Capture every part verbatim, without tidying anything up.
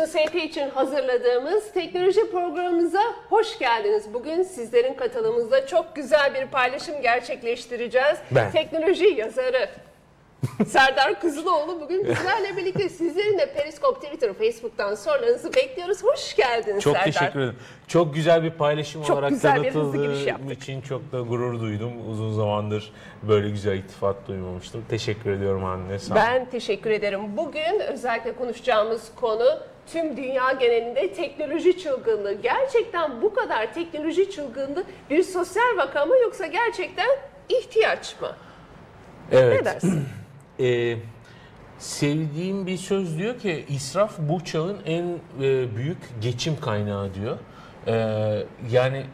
Business S P için hazırladığımız teknoloji programımıza hoş geldiniz. Bugün sizlerin katılımınızda çok güzel bir paylaşım gerçekleştireceğiz. Ben. Teknoloji yazarı Serdar Kuzuloğlu bugün bizlerle birlikte. Sizlerin de Periskop, Twitter, Facebook'tan sorularınızı bekliyoruz. Hoş geldiniz çok Serdar. Çok teşekkür ederim. Çok güzel bir paylaşım çok olarak güzel bir hızlı giriş tanıtıldığım yaptık. için çok da gurur duydum. Uzun zamandır böyle güzel iltifat duymamıştım. Teşekkür ediyorum anne. Sağ Ben teşekkür ederim. Bugün özellikle konuşacağımız konu tüm dünya genelinde teknoloji çılgınlığı. Gerçekten bu kadar teknoloji çılgınlığı bir sosyal vaka mı yoksa gerçekten ihtiyaç mı? Evet. Ne dersin? Ee, sevdiğim bir söz diyor ki israf bu çağın en e, büyük geçim kaynağı diyor. Ee, yani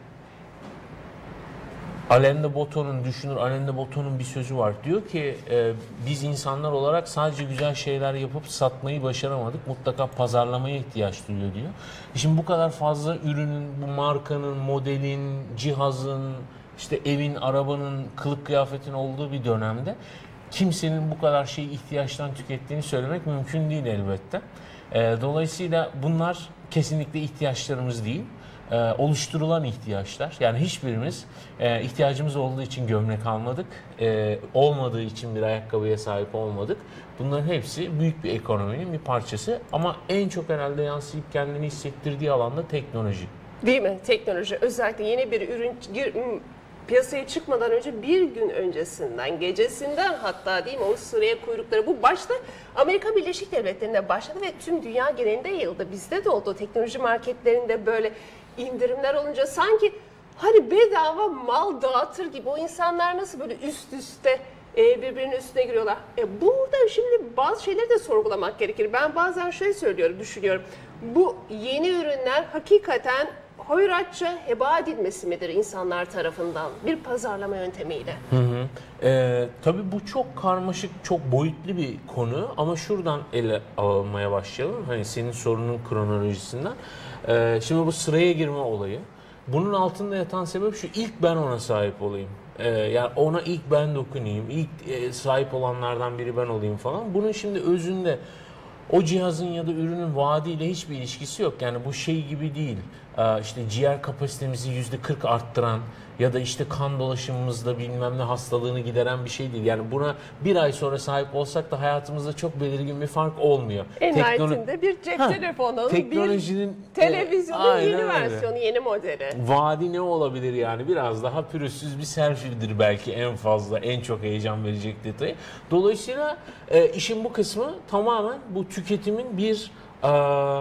Alain de Botton'un düşünür Alain de Botton'un bir sözü var. Diyor ki e, biz insanlar olarak sadece güzel şeyler yapıp satmayı başaramadık. Mutlaka pazarlamaya ihtiyaç duyuyor diyor. Şimdi bu kadar fazla ürünün, bu markanın, modelin, cihazın, işte evin, arabanın, kılık kıyafetin olduğu bir dönemde kimsenin bu kadar şeyi ihtiyaçtan tükettiğini söylemek mümkün değil elbette. E, dolayısıyla bunlar kesinlikle ihtiyaçlarımız değil. Ee, oluşturulan ihtiyaçlar. Yani hiçbirimiz e, ihtiyacımız olduğu için gömlek almadık, e, olmadığı için bir ayakkabıya sahip olmadık. Bunların hepsi büyük bir ekonominin bir parçası ama en çok herhalde yansıyıp kendini hissettirdiği alanda teknoloji. Değil mi? Teknoloji. Özellikle yeni bir ürün gir, piyasaya çıkmadan önce bir gün öncesinden, gecesinden hatta değil mi o sıraya kuyrukları bu başta Amerika Birleşik Devletleri'nde başladı ve tüm dünya genelinde yayıldı. Bizde de oldu. Teknoloji marketlerinde böyle indirimler olunca sanki hani bedava mal dağıtır gibi o insanlar nasıl böyle üst üste e, birbirinin üstüne giriyorlar. E, burada şimdi bazı şeyleri de sorgulamak gerekir. Ben bazen şöyle söylüyorum, düşünüyorum. Bu yeni ürünler hakikaten hoyratça heba edilmesi midir insanlar tarafından bir pazarlama yöntemiyle? Hı hı. Ee, tabii bu çok karmaşık, çok boyutlu bir konu ama şuradan ele almaya başlayalım. Hani senin sorunun kronolojisinden. Ee, şimdi bu sıraya girme olayı. Bunun altında yatan sebep şu: ilk ben ona sahip olayım. Ee, yani ona ilk ben dokunayım, ilk e, sahip olanlardan biri ben olayım falan. Bunun şimdi özünde o cihazın ya da ürünün vaadiyle hiçbir ilişkisi yok. Yani bu şey gibi değil. Ee, işte ciğer kapasitemizi yüzde kırk arttıran ya da işte kan dolaşımımızda bilmem ne hastalığını gideren bir şey değil. Yani buna bir ay sonra sahip olsak da hayatımızda çok belirgin bir fark olmuyor. En Teknolo- nihayetinde bir cep Ha, telefonunun, teknolojinin, bir televizyonun e, yeni aynen öyle. versiyonu, yeni modeli. Vaadi ne olabilir yani? Biraz daha pürüzsüz bir selfie'dir belki en fazla, en çok heyecan verecek detayı. Dolayısıyla e, işin bu kısmı tamamen bu tüketimin bir e,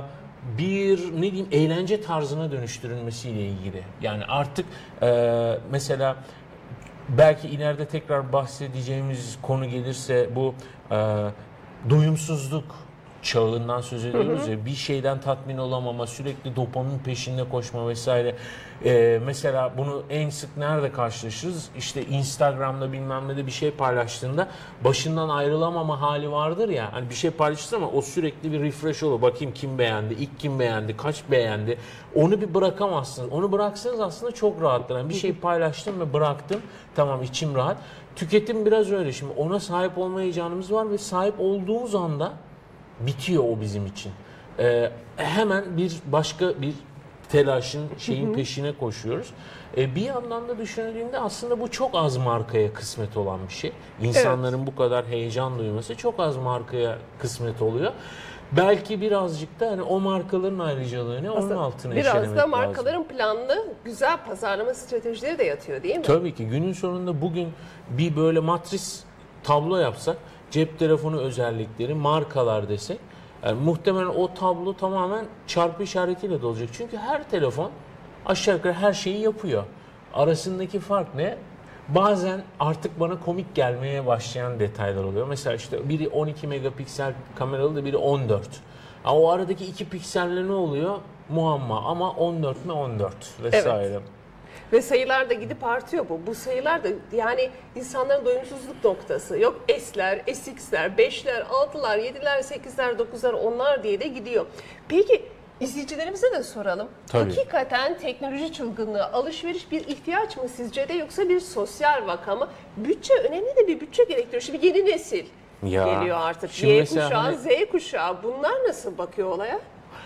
bir ne diyeyim eğlence tarzına dönüştürülmesiyle ilgili. Yani artık e, mesela belki ileride tekrar bahsedeceğimiz konu gelirse bu e, doyumsuzluk çağından söz ediyoruz hı hı. ya, bir şeyden tatmin olamama, sürekli dopamin peşinde koşma vesaire. Ee, mesela bunu en sık nerede karşılaşırız? İşte Instagram'da bilmem ne de bir şey paylaştığında başından ayrılamama hali vardır ya. Hani bir şey paylaşırsın ama o sürekli bir refresh olur. Bakayım kim beğendi, ilk kim beğendi, kaç beğendi. Onu bir bırakamazsınız. Onu bıraksanız aslında çok rahatlar. Yani bir şey paylaştım ve bıraktım. Tamam, içim rahat. Tüketim biraz öyle. Şimdi ona sahip olma heyecanımız var ve sahip olduğumuz anda bitiyor o bizim için. Ee, hemen bir başka bir telaşın şeyin peşine koşuyoruz. Ee, bir yandan da düşünüldüğünde aslında bu çok az markaya kısmet olan bir şey. İnsanların evet. bu kadar heyecan duyması çok az markaya kısmet oluyor. Belki birazcık da hani o markaların ayrıcalığını onun altına eşelemek lazım. Biraz da markaların lazım. Planlı güzel pazarlama stratejileri de yatıyor değil mi? Tabii ki. Günün sonunda bugün bir böyle matris tablo yapsak, cep telefonu özellikleri, markalar desek, yani muhtemelen o tablo tamamen çarpı işaretiyle dolacak. Çünkü her telefon aşağı yukarı her şeyi yapıyor. Arasındaki fark ne? Bazen artık bana komik gelmeye başlayan detaylar oluyor. Mesela işte biri on iki megapiksel kameralı da biri on dört. Yani o aradaki iki pikselle ne oluyor? Muamma, ama on dört mi on dört vesaire. Evet. Ve sayılar da gidip artıyor bu. Bu sayılar da yani insanların doyumsuzluk noktası. Yok S'ler, S X'ler, beşler, altılar, yediler, sekizler, dokuzlar, onlar diye de gidiyor. Peki izleyicilerimize de soralım. Tabii. Hakikaten teknoloji çılgınlığı, alışveriş bir ihtiyaç mı sizce de yoksa bir sosyal vaka mı? Bütçe önemli de bir bütçe gerektiriyor. Şimdi yeni nesil ya, geliyor artık. Y kuşağı, hani... Z kuşağı. Bunlar nasıl bakıyor olaya?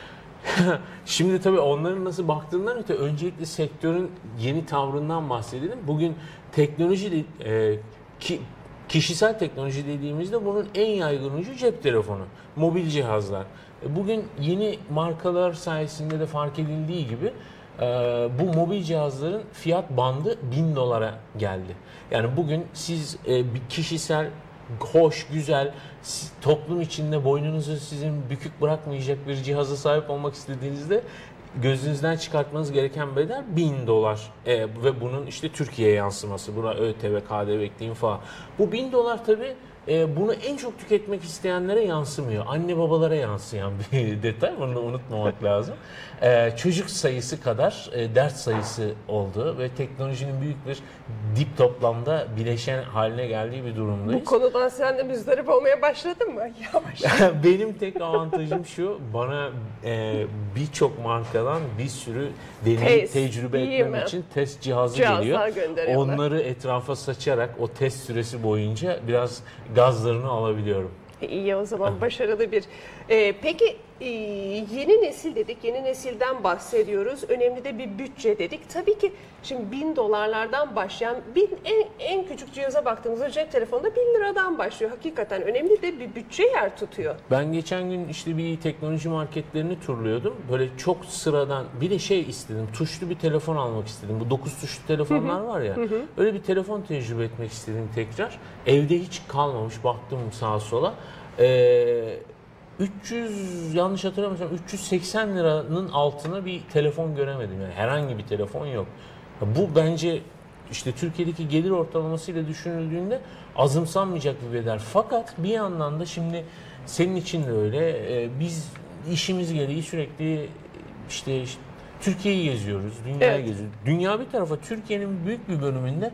Şimdi tabii onların nasıl baktığından öte öncelikle sektörün yeni tavrından bahsedelim. Bugün teknoloji de, e, ki, kişisel teknoloji dediğimizde bunun en yaygın ucu cep telefonu, mobil cihazlar. E, bugün yeni markalar sayesinde de fark edildiği gibi e, bu mobil cihazların fiyat bandı bin dolara geldi. Yani bugün siz e, bir kişisel hoş, güzel, toplum içinde boynunuzu sizin bükük bırakmayacak bir cihaza sahip olmak istediğinizde gözünüzden çıkartmanız gereken bedel bin dolar. E, ve bunun işte Türkiye'ye yansıması, buna ÖTV, K D V ekleyeyim falan. Bu bin dolar tabii e, bunu en çok tüketmek isteyenlere yansımıyor. Anne babalara yansıyan bir detay. Bunu da unutmamak lazım. E, çocuk sayısı kadar e, dert sayısı oldu ve teknolojinin büyük bir dip toplamda bileşen haline geldiği bir durumdayız. Bu konudan sen de müzdarip olmaya başladın mı? Yavaş. Benim tek avantajım şu, bana e, birçok markadan bir sürü deneyim, Test, tecrübe iyi etmem mi? için test cihazı Cihazlar geliyor. gönderiyorlar. Onları etrafa saçarak o test süresi boyunca biraz gazlarını alabiliyorum. İyi, o zaman başarılı bir. Ee, peki e, yeni nesil dedik, yeni nesilden bahsediyoruz. Önemli de bir bütçe dedik. Tabii ki şimdi bin dolarlardan başlayan bin, en, en küçük cihaza baktığımızda cep telefonunda bin liradan başlıyor. Hakikaten önemli de bir bütçe yer tutuyor. Ben geçen gün işte bir teknoloji marketlerini turluyordum. Böyle çok sıradan bir de şey istedim. Tuşlu bir telefon almak istedim. Bu dokuz tuşlu telefonlar var ya. Öyle bir telefon tecrübe etmek istedim tekrar. Evde hiç kalmamış. Baktım sağa sola. Ee, üç yüz yanlış hatırlamıyorsam üç yüz seksen liranın altına bir telefon göremedim. Yani herhangi bir telefon yok. Bu bence işte Türkiye'deki gelir ortalamasıyla düşünüldüğünde azımsanmayacak bir bedel. Fakat bir yandan da şimdi senin için de öyle. Ee, biz işimiz gereği sürekli işte, işte Türkiye'yi geziyoruz, dünyayı Evet. geziyoruz. Dünya bir tarafa, Türkiye'nin büyük bir bölümünde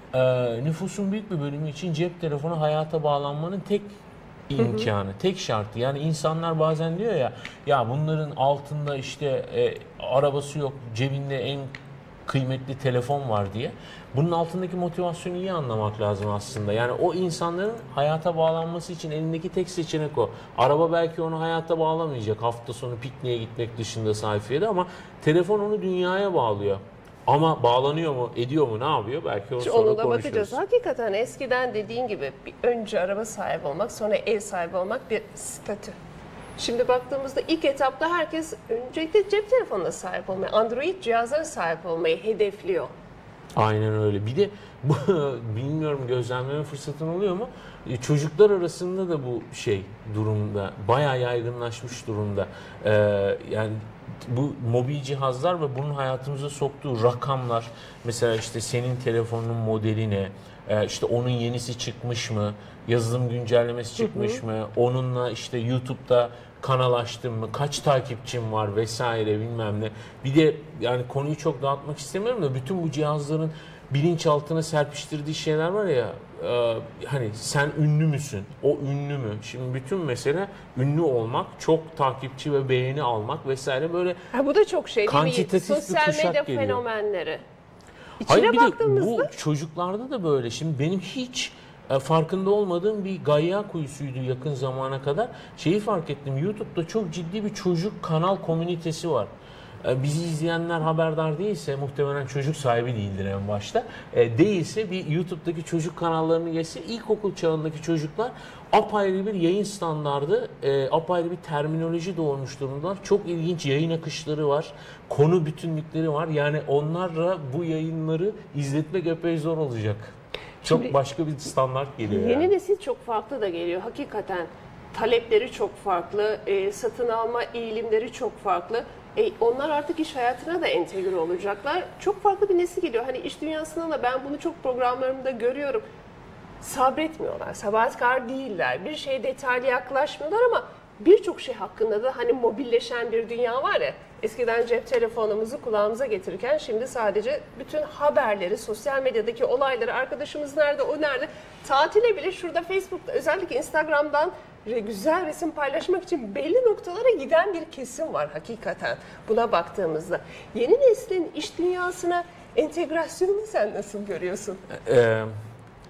e, nüfusun büyük bir bölümü için cep telefonu hayata bağlanmanın tek imkanı, hı hı. tek şartı. Yani insanlar bazen diyor ya, ya bunların altında işte e, arabası yok, cebinde en kıymetli telefon var diye. Bunun altındaki motivasyonu iyi anlamak lazım aslında. Yani o insanların hayata bağlanması için elindeki tek seçenek o. Araba belki onu hayata bağlamayacak. Hafta sonu pikniğe gitmek dışında sayfiyede, ama telefon onu dünyaya bağlıyor. Ama bağlanıyor mu, ediyor mu, ne yapıyor? Belki o sonra Onu da konuşuruz. bakacağız. Hakikaten eskiden dediğin gibi bir önce araba sahibi olmak, sonra ev sahibi olmak bir statü. Şimdi baktığımızda ilk etapta herkes öncelikle cep telefonuna sahip olmayı, Android cihazlara sahip olmayı hedefliyor. Aynen öyle. Bir de bu, bilmiyorum, gözlemleme fırsatın oluyor mu? E, Çocuklar arasında da bu şey durumda, bayağı yaygınlaşmış durumda. Ee, yani bu mobil cihazlar ve bunun hayatımıza soktuğu rakamlar, mesela işte senin telefonun modeli ne, ee, işte onun yenisi çıkmış mı, yazılım güncellemesi çıkmış hı hı. mı, onunla işte YouTube'da kanal açtın mı, kaç takipçim var vesaire bilmem ne. Bir de yani konuyu çok dağıtmak istemiyorum da bütün bu cihazların bilinçaltına serpiştirdiği şeyler var ya, e, hani sen ünlü müsün, o ünlü mü? Şimdi bütün mesele ünlü olmak, çok takipçi ve beğeni almak vesaire, böyle ha, bu da çok şey değil mi? kantitatif bir Sosyal kuşak medya geliyor. fenomenleri. İçine Hayır, bir baktığımızda... de bu çocuklarda da böyle. Şimdi benim hiç e, farkında olmadığım bir gayya kuyusuydu yakın zamana kadar. Şeyi fark ettim, YouTube'da çok ciddi bir çocuk kanal komünitesi var. E, bizi izleyenler haberdar değilse, muhtemelen çocuk sahibi değildir en başta. E, değilse bir YouTube'daki çocuk kanallarını geçse, ilkokul çağındaki çocuklar apayrı bir yayın standardı, e, apayrı bir terminoloji doğurmuş durumdalar. Çok ilginç yayın akışları var, konu bütünlükleri var. Yani onlarla bu yayınları izletmek epey zor olacak. Çok Şimdi, başka bir standart geliyor. Yeni yani. nesil çok farklı da geliyor. Hakikaten talepleri çok farklı, e, satın alma eğilimleri çok farklı. E, onlar artık iş hayatına da entegre olacaklar. Çok farklı bir nesil geliyor. Hani iş dünyasında da ben bunu çok programlarımda görüyorum. Sabretmiyorlar, sabahatkar değiller. Bir şeye detaylı yaklaşmıyorlar ama birçok şey hakkında da hani mobilleşen bir dünya var ya. Eskiden cep telefonumuzu kulağımıza getirirken şimdi sadece bütün haberleri, sosyal medyadaki olayları, arkadaşımız nerede, o nerede, tatile bile şurada Facebook'ta, özellikle Instagram'dan güzel resim paylaşmak için belli noktalara giden bir kesim var hakikaten buna baktığımızda. Yeni neslin iş dünyasına entegrasyonunu sen nasıl görüyorsun? Ee,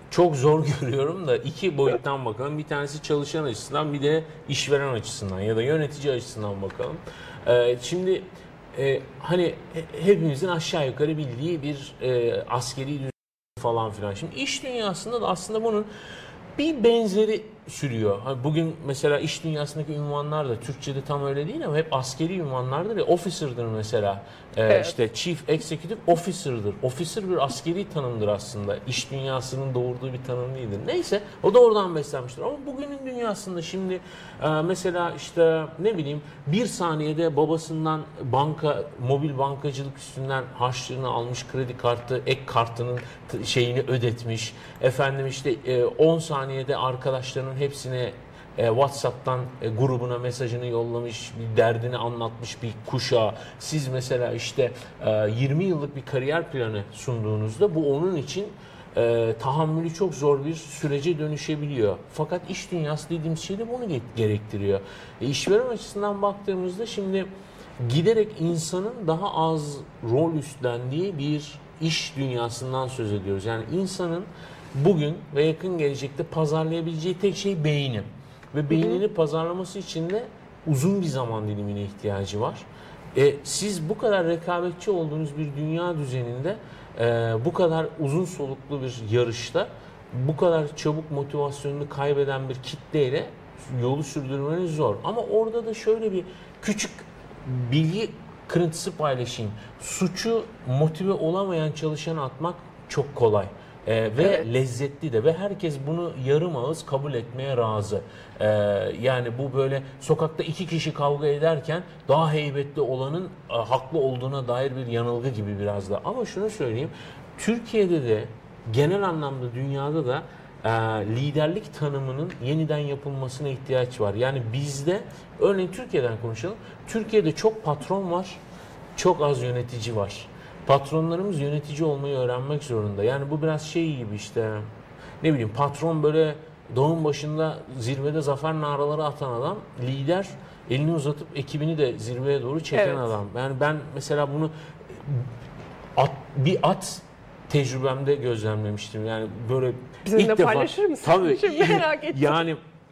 çok zor görüyorum da iki boyuttan bakalım. Bir tanesi çalışan açısından, bir de işveren açısından ya da yönetici açısından bakalım. Ee, şimdi e, hani hepimizin aşağı yukarı bildiği bir e, askeri düzen falan filan. Şimdi iş dünyasında da aslında bunun bir benzeri sürüyor. Hani bugün mesela iş dünyasındaki ünvanlar da Türkçe'de tam öyle değil ama hep askeri ünvanlardır ya. Officer'dır mesela. Ee, Evet. işte Chief Executive Officer'dır. Officer bir askeri tanımdır aslında. İş dünyasının doğurduğu bir tanım değildir. Neyse, o da oradan beslenmiştir. Ama bugünün dünyasında şimdi e, mesela işte ne bileyim bir saniyede babasından banka, mobil bankacılık üstünden harçlığını almış, kredi kartı, ek kartının t- şeyini ödetmiş. Efendim işte e, on saniyede arkadaşlarının hepsine e, WhatsApp'tan e, grubuna mesajını yollamış, bir derdini anlatmış bir kuşağa. Siz mesela işte e, yirmi yıllık bir kariyer planı sunduğunuzda bu onun için e, tahammülü çok zor bir sürece dönüşebiliyor. Fakat iş dünyası dediğimiz şey de bunu ge- gerektiriyor. E, işveren açısından baktığımızda şimdi giderek insanın daha az rol üstlendiği bir iş dünyasından söz ediyoruz. Yani insanın bugün ve yakın gelecekte pazarlayabileceği tek şey beyni. Ve beynini pazarlaması için de uzun bir zaman dilimine ihtiyacı var. E, siz bu kadar rekabetçi olduğunuz bir dünya düzeninde e, bu kadar uzun soluklu bir yarışta bu kadar çabuk motivasyonunu kaybeden bir kitleyle yolu sürdürmeniz zor. Ama orada da şöyle bir küçük bilgi kırıntısı paylaşayım. Suçu motive olamayan çalışana atmak çok kolay. Ee, ve Evet. lezzetli de ve herkes bunu yarım ağız kabul etmeye razı. Ee, yani bu böyle sokakta iki kişi kavga ederken daha heybetli olanın e, haklı olduğuna dair bir yanılgı gibi biraz da. Ama şunu söyleyeyim, Türkiye'de de genel anlamda dünyada da e, liderlik tanımının yeniden yapılmasına ihtiyaç var. Yani bizde, örneğin Türkiye'den konuşalım, Türkiye'de çok patron var, çok az yönetici var. Patronlarımız yönetici olmayı öğrenmek zorunda. Yani bu biraz şey gibi işte, ne bileyim, patron böyle dağın başında zirvede zafer naraları atan adam, lider elini uzatıp ekibini de zirveye doğru çeken Evet. adam. Yani ben mesela bunu at, bir at tecrübemde gözlemlemiştim. Yani böyle Bizimle ilk defa paylaşır mısın? tabii Şimdi merak ettim. yani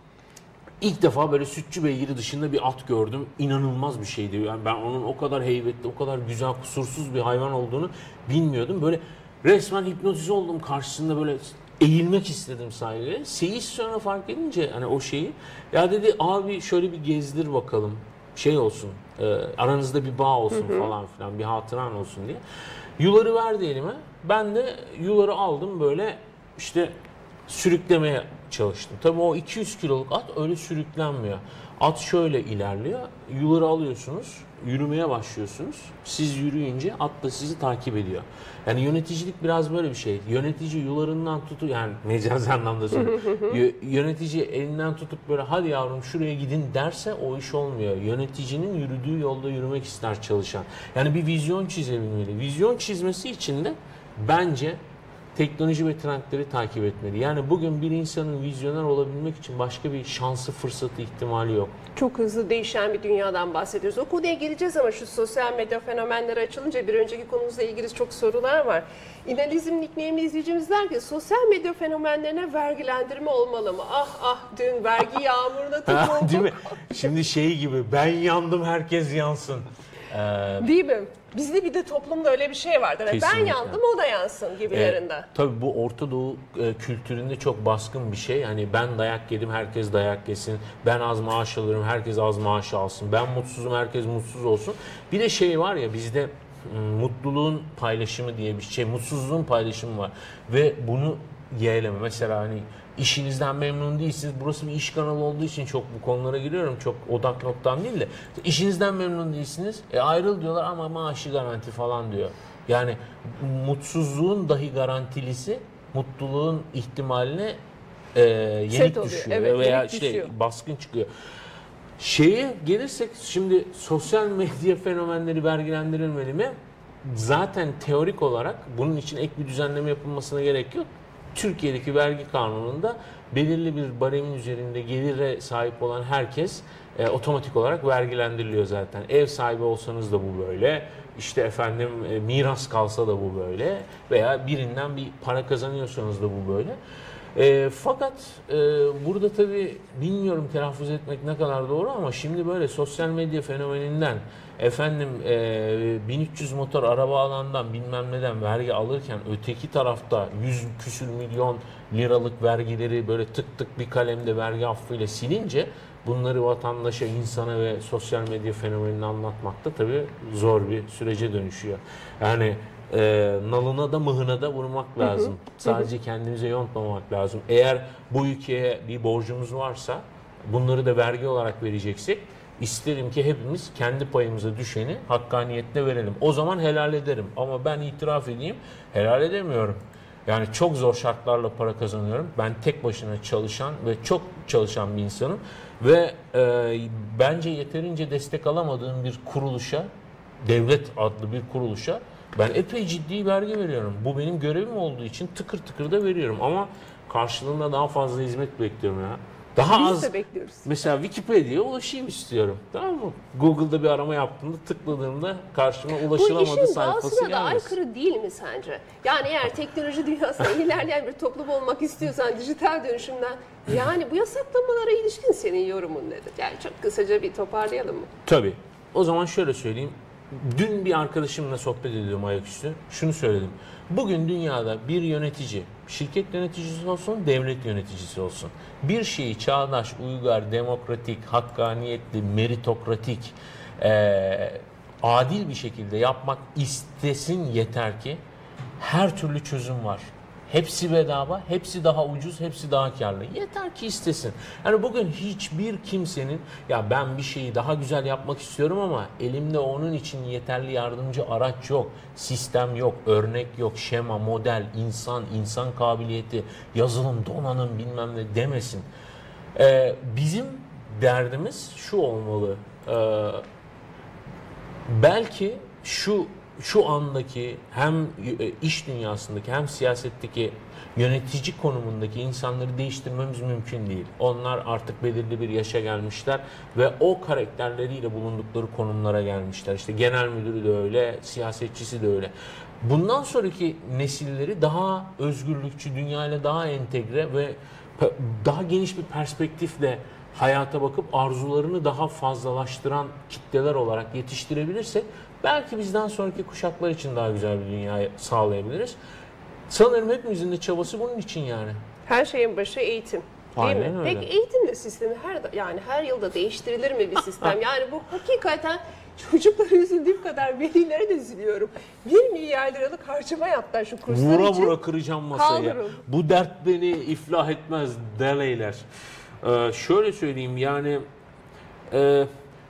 İlk defa böyle sütçü beygiri dışında bir at gördüm. İnanılmaz bir şeydi. Yani ben onun o kadar heybetli, o kadar güzel, kusursuz bir hayvan olduğunu bilmiyordum. Böyle resmen hipnotize oldum karşısında, böyle eğilmek istedim sahile. Seyis sonra fark edince hani o şeyi, ya dedi abi şöyle bir gezdir bakalım. Şey olsun, e, aranızda bir bağ olsun hı hı. falan filan, bir hatıran olsun diye. Yuları verdi elime. Ben de yuları aldım, böyle işte sürüklemeye çalıştım. Tabii o iki yüz kiloluk at öyle sürüklenmiyor. At şöyle ilerliyor. Yuları alıyorsunuz, yürümeye başlıyorsunuz. Siz yürüyünce at da sizi takip ediyor. Yani yöneticilik biraz böyle bir şey. Yönetici yularından tutup, yani mecazi anlamda söylüyorum. Yönetici elinden tutup böyle hadi yavrum şuraya gidin derse o iş olmuyor. Yöneticinin yürüdüğü yolda yürümek ister çalışan. Yani bir vizyon çizebilmeli. Vizyon çizmesi için de bence teknoloji ve trendleri takip etmeli. Yani bugün bir insanın vizyoner olabilmek için başka bir şansı, fırsatı, ihtimali yok. Çok hızlı değişen bir dünyadan bahsediyoruz. O konuya geleceğiz ama şu sosyal medya fenomenleri açılınca bir önceki konumuzla ilgili çok sorular var. İnalizm nickname'li izleyicimiz der ki sosyal medya fenomenlerine vergilendirme olmalı mı? Ah ah dün vergi yağmuruna tutulduk. Değil mi? Şimdi şey gibi, ben yandım herkes yansın. Ee, Değil mi? Bizde bir de toplumda öyle bir şey vardır. Yani ben Kesinlikle. yandım o da yansın gibilerinden. E, tabii bu Orta Doğu e, kültüründe çok baskın bir şey. Yani ben dayak yedim, herkes dayak yesin. Ben az maaş alıyorum, herkes az maaş alsın. Ben mutsuzum, herkes mutsuz olsun. Bir de şey var ya bizde, mutluluğun paylaşımı diye bir şey, mutsuzluğun paylaşımı var. Ve bunu yeğleme. Mesela hani işinizden memnun değilsiniz. Burası bir iş kanalı olduğu için çok bu konulara giriyorum. Çok odak noktam değil de. İşinizden memnun değilsiniz. E ayrıl diyorlar ama maaşı garanti falan diyor. Yani mutsuzluğun dahi garantilisi mutluluğun ihtimaline e, yenik oluyor, düşüyor. evet, Veya yenik işte düşüyor. baskın çıkıyor. Şeye gelirsek şimdi, sosyal medya fenomenleri vergilendirilmeli mi? Zaten teorik olarak bunun için ek bir düzenleme yapılmasına gerek yok. Türkiye'deki vergi kanununda belirli bir baremin üzerinde gelire sahip olan herkes e, otomatik olarak vergilendiriliyor zaten. Ev sahibi olsanız da bu böyle. İşte efendim e, miras kalsa da bu böyle. Veya birinden bir para kazanıyorsanız da bu böyle. E, fakat e, burada tabii bilmiyorum telaffuz etmek ne kadar doğru ama şimdi böyle sosyal medya fenomeninden efendim e, bin üç yüz motor araba alandan bilmem neden vergi alırken öteki tarafta yüz küsür milyon liralık vergileri böyle tık tık bir kalemde vergi affıyla silince bunları vatandaşa, insana ve sosyal medya fenomenini anlatmakta tabii zor bir sürece dönüşüyor. Yani e, nalına da mıhına da vurmak lazım. Hı hı. Sadece kendimize yontmamak lazım. Eğer bu ülkeye bir borcumuz varsa bunları da vergi olarak vereceksek İsterim ki hepimiz kendi payımıza düşeni hakkaniyetle verelim. O zaman helal ederim. Ama ben itiraf edeyim, helal edemiyorum. Yani çok zor şartlarla para kazanıyorum. Ben tek başına çalışan ve çok çalışan bir insanım. Ve e, bence yeterince destek alamadığım bir kuruluşa, devlet adlı bir kuruluşa ben epey ciddi vergi veriyorum. Bu benim görevim olduğu için tıkır tıkır da veriyorum. Ama karşılığında daha fazla hizmet bekliyorum ya. Daha Biz az. de bekliyoruz. Mesela Wikipedia'ya ulaşayım istiyorum. Tamam mı? Google'da bir arama yaptığımda tıkladığımda karşıma ulaşılamadı sayfası Bu işin doğasına da gelmez. aykırı değil mi sence? Yani eğer teknoloji dünyasında ilerleyen bir toplum olmak istiyorsan dijital dönüşümden yani bu yasaklamalara ilişkin senin yorumun nedir? Yani çok kısaca bir toparlayalım mı? Tabii. O zaman şöyle söyleyeyim. Dün bir arkadaşımla sohbet ediyordum ayaküstü. Şunu söyledim. Bugün dünyada bir yönetici, şirket yöneticisi olsun, devlet yöneticisi olsun, bir şeyi çağdaş, uygar, demokratik, hakkaniyetli, meritokratik, e, adil bir şekilde yapmak istesin yeter ki her türlü çözüm var. Hepsi bedava, hepsi daha ucuz, hepsi daha karlı. Yeter ki istesin. Yani bugün hiçbir kimsenin ya ben bir şeyi daha güzel yapmak istiyorum ama elimde onun için yeterli yardımcı araç yok, sistem yok, örnek yok, şema, model, insan, insan kabiliyeti, yazılım, donanım bilmem ne demesin. Ee, bizim derdimiz şu olmalı. Ee, belki şu şu andaki hem iş dünyasındaki hem siyasetteki yönetici konumundaki insanları değiştirmemiz mümkün değil. Onlar artık belirli bir yaşa gelmişler ve o karakterleriyle bulundukları konumlara gelmişler. İşte genel müdürü de öyle, siyasetçisi de öyle. Bundan sonraki nesilleri daha özgürlükçü, dünyayla daha entegre ve daha geniş bir perspektifle hayata bakıp arzularını daha fazlalaştıran kitleler olarak yetiştirebilirsek belki bizden sonraki kuşaklar için daha güzel bir dünya sağlayabiliriz. Sanırım hepimizin de çabası bunun için yani. Her şeyin başı eğitim. Değil Aynen mi? öyle. Peki eğitimle sistemi her yani her yılda değiştirilir mi bir sistem? Yani bu hakikaten çocuklara üzüldüğüm kadar velilere de üzülüyorum. Bir milyar liralık harcama yaptılar şu kurslar vura için. Vura vura kıracağım masaya. Kaldırın. Bu dert beni iflah etmez deleyler. Ee, şöyle söyleyeyim yani e,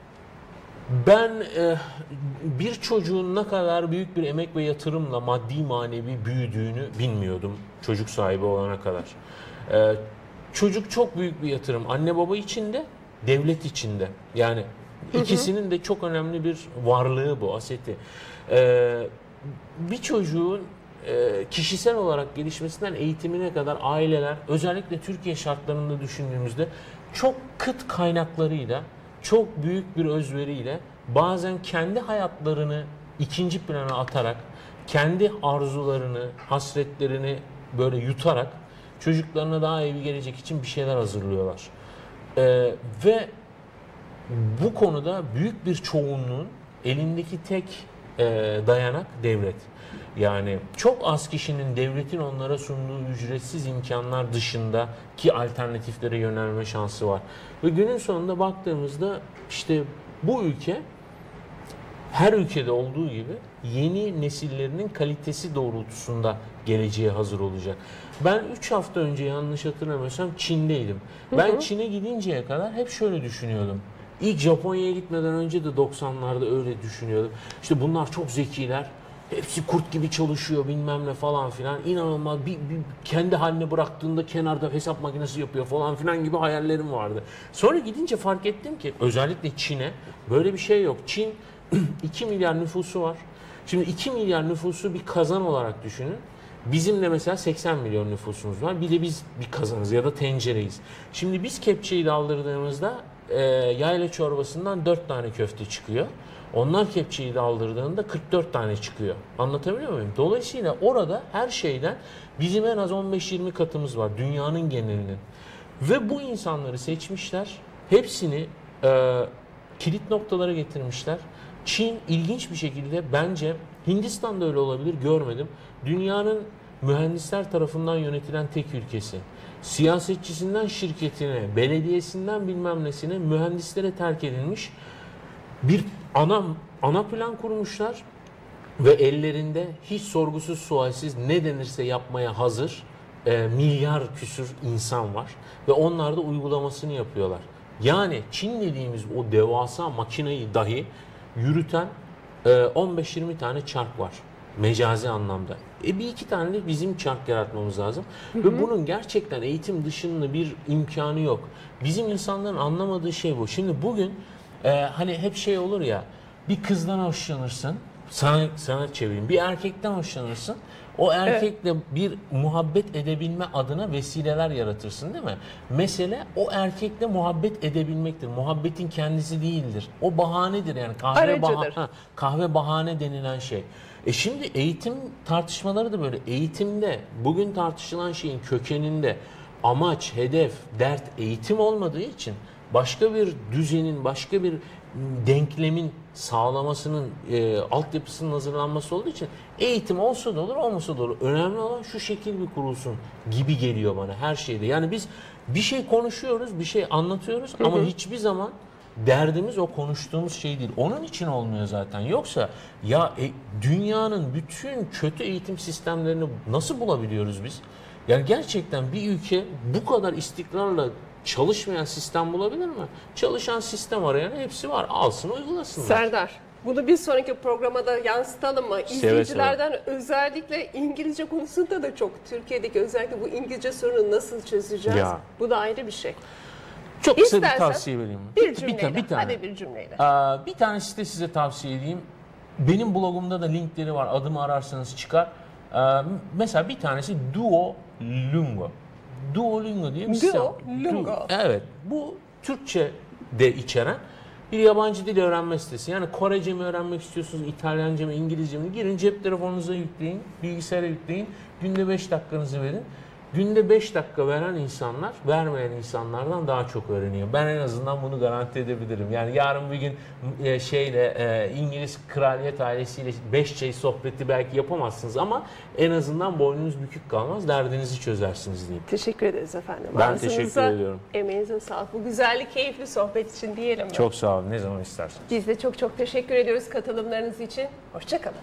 ben e, bir çocuğun ne kadar büyük bir emek ve yatırımla maddi manevi büyüdüğünü bilmiyordum çocuk sahibi olana kadar. Ee, çocuk çok büyük bir yatırım. Anne baba için de devlet için de. Yani ikisinin de çok önemli bir varlığı bu, aseti. Ee, bir çocuğun e, kişisel olarak gelişmesinden eğitimine kadar aileler, özellikle Türkiye şartlarında düşündüğümüzde çok kıt kaynaklarıyla, çok büyük bir özveriyle bazen kendi hayatlarını ikinci plana atarak, kendi arzularını, hasretlerini böyle yutarak çocuklarına daha iyi bir gelecek için bir şeyler hazırlıyorlar. Ee, ve bu konuda büyük bir çoğunluğun elindeki tek e, dayanak devlet. Yani çok az kişinin devletin onlara sunduğu ücretsiz imkanlar dışında ki alternatiflere yönelme şansı var. Ve günün sonunda baktığımızda işte bu ülke her ülkede olduğu gibi yeni nesillerinin kalitesi doğrultusunda geleceğe hazır olacak. Ben üç hafta önce yanlış hatırlamıyorsam Çin'deydim. Ben Çin'e gidinceye kadar hep şöyle düşünüyordum. İlk Japonya'ya gitmeden önce de doksanlarda öyle düşünüyordum. İşte bunlar çok zekiler. Hepsi kurt gibi çalışıyor bilmem ne falan filan. İnanılmaz bir, bir kendi haline bıraktığında kenarda hesap makinesi yapıyor falan filan gibi hayallerim vardı. Sonra gidince fark ettim ki özellikle Çin'e böyle bir şey yok. Çin iki milyar nüfusu var. Şimdi iki milyar nüfusu bir kazan olarak düşünün. Bizim de mesela seksen milyon nüfusumuz var. Bir de biz bir kazanız ya da tencereyiz. Şimdi biz kepçeyi daldırdığımızda e, yayla çorbasından dört tane köfte çıkıyor. Onlar kepçeyi daldırdığında kırk dört tane çıkıyor. Anlatabiliyor muyum? Dolayısıyla orada her şeyden bizim en az on beş yirmi katımız var dünyanın genelinin. Ve bu insanları seçmişler. Hepsini e, kilit noktalara getirmişler. Çin ilginç bir şekilde, bence Hindistan'da öyle olabilir, görmedim. Dünyanın mühendisler tarafından yönetilen tek ülkesi. Siyasetçisinden şirketine, belediyesinden bilmem nesine mühendislere terk edilmiş bir ana ana plan kurmuşlar ve ellerinde hiç sorgusuz sualsiz ne denirse yapmaya hazır e, milyar küsür insan var ve onlar da uygulamasını yapıyorlar. Yani Çin dediğimiz o devasa makineyi dahi yürüten e, on beş yirmi tane çark var mecazi anlamda. E bir iki tane de bizim çark yaratmamız lazım. Hı hı. Ve bunun gerçekten eğitim dışında bir imkanı yok. Bizim insanların anlamadığı şey bu. Şimdi bugün e, hani hep şey olur ya, bir kızdan hoşlanırsın, sana, sana çevireyim, bir erkekten hoşlanırsın, o erkekle evet. bir muhabbet edebilme adına vesileler yaratırsın, değil mi? Mesele o erkekle muhabbet edebilmektir. Muhabbetin kendisi değildir. O bahanedir yani. Kahve, bahane, kahve bahane denilen şey. E şimdi eğitim tartışmaları da böyle. Eğitimde bugün tartışılan şeyin kökeninde amaç, hedef, dert eğitim olmadığı için başka bir düzenin, başka bir denklemin sağlamasının, e, altyapısının hazırlanması olduğu için eğitim olsa da olur, olmasa da olur. Önemli olan şu şekil bir kurulsun gibi geliyor bana her şeyde. Yani biz bir şey konuşuyoruz, bir şey anlatıyoruz ama hı hı. hiçbir zaman derdimiz o konuştuğumuz şey değil. Onun için olmuyor zaten. Yoksa ya e, dünyanın bütün kötü eğitim sistemlerini nasıl bulabiliyoruz biz? Yani gerçekten bir ülke bu kadar istikrarla çalışmayan sistem bulabilir mi? Çalışan sistem arayan hepsi var. Alsın, uygulasınlar. Serdar, bunu bir sonraki programa da yansıtalım mı? İzleyicilerden seve seve. Özellikle İngilizce konusunda da çok, Türkiye'deki özellikle bu İngilizce sorunu nasıl çözeceğiz? Ya. Bu da ayrı bir şey. Çok kısa İstersen, bir tavsiye vereyim. Bir cümleyle. Bir, bir tane. Hadi bir cümleyle. Ee, bir tanesi de size tavsiye edeyim. Benim blogumda da linkleri var. Adımı ararsanız çıkar. Ee, mesela bir tanesi Duolingo. Duolingo diye bir sistem. Duolingo. Du- evet. Bu Türkçe de içeren bir yabancı dil öğrenme sitesi. Yani Korece mi öğrenmek istiyorsunuz, İtalyanca mı, İngilizce mi? Girin, cep telefonunuza yükleyin, bilgisayara yükleyin. Günde beş dakikanızı verin. Günde beş dakika veren insanlar, vermeyen insanlardan daha çok öğreniyor. Ben en azından bunu garanti edebilirim. Yani yarın bir gün e, şeyle e, İngiliz kraliyet ailesiyle beş çay sohbeti belki yapamazsınız ama en azından boynunuz bükük kalmaz, derdinizi çözersiniz diyeyim. Teşekkür ederiz efendim. Ben Ağzınıza, teşekkür ediyorum. Emeğinize sağlık. Bu güzellik, keyifli sohbet için diyelim mi? Çok sağ olun. Ne zaman isterseniz. Biz de çok çok teşekkür ediyoruz katılımlarınız için. Hoşça kalın.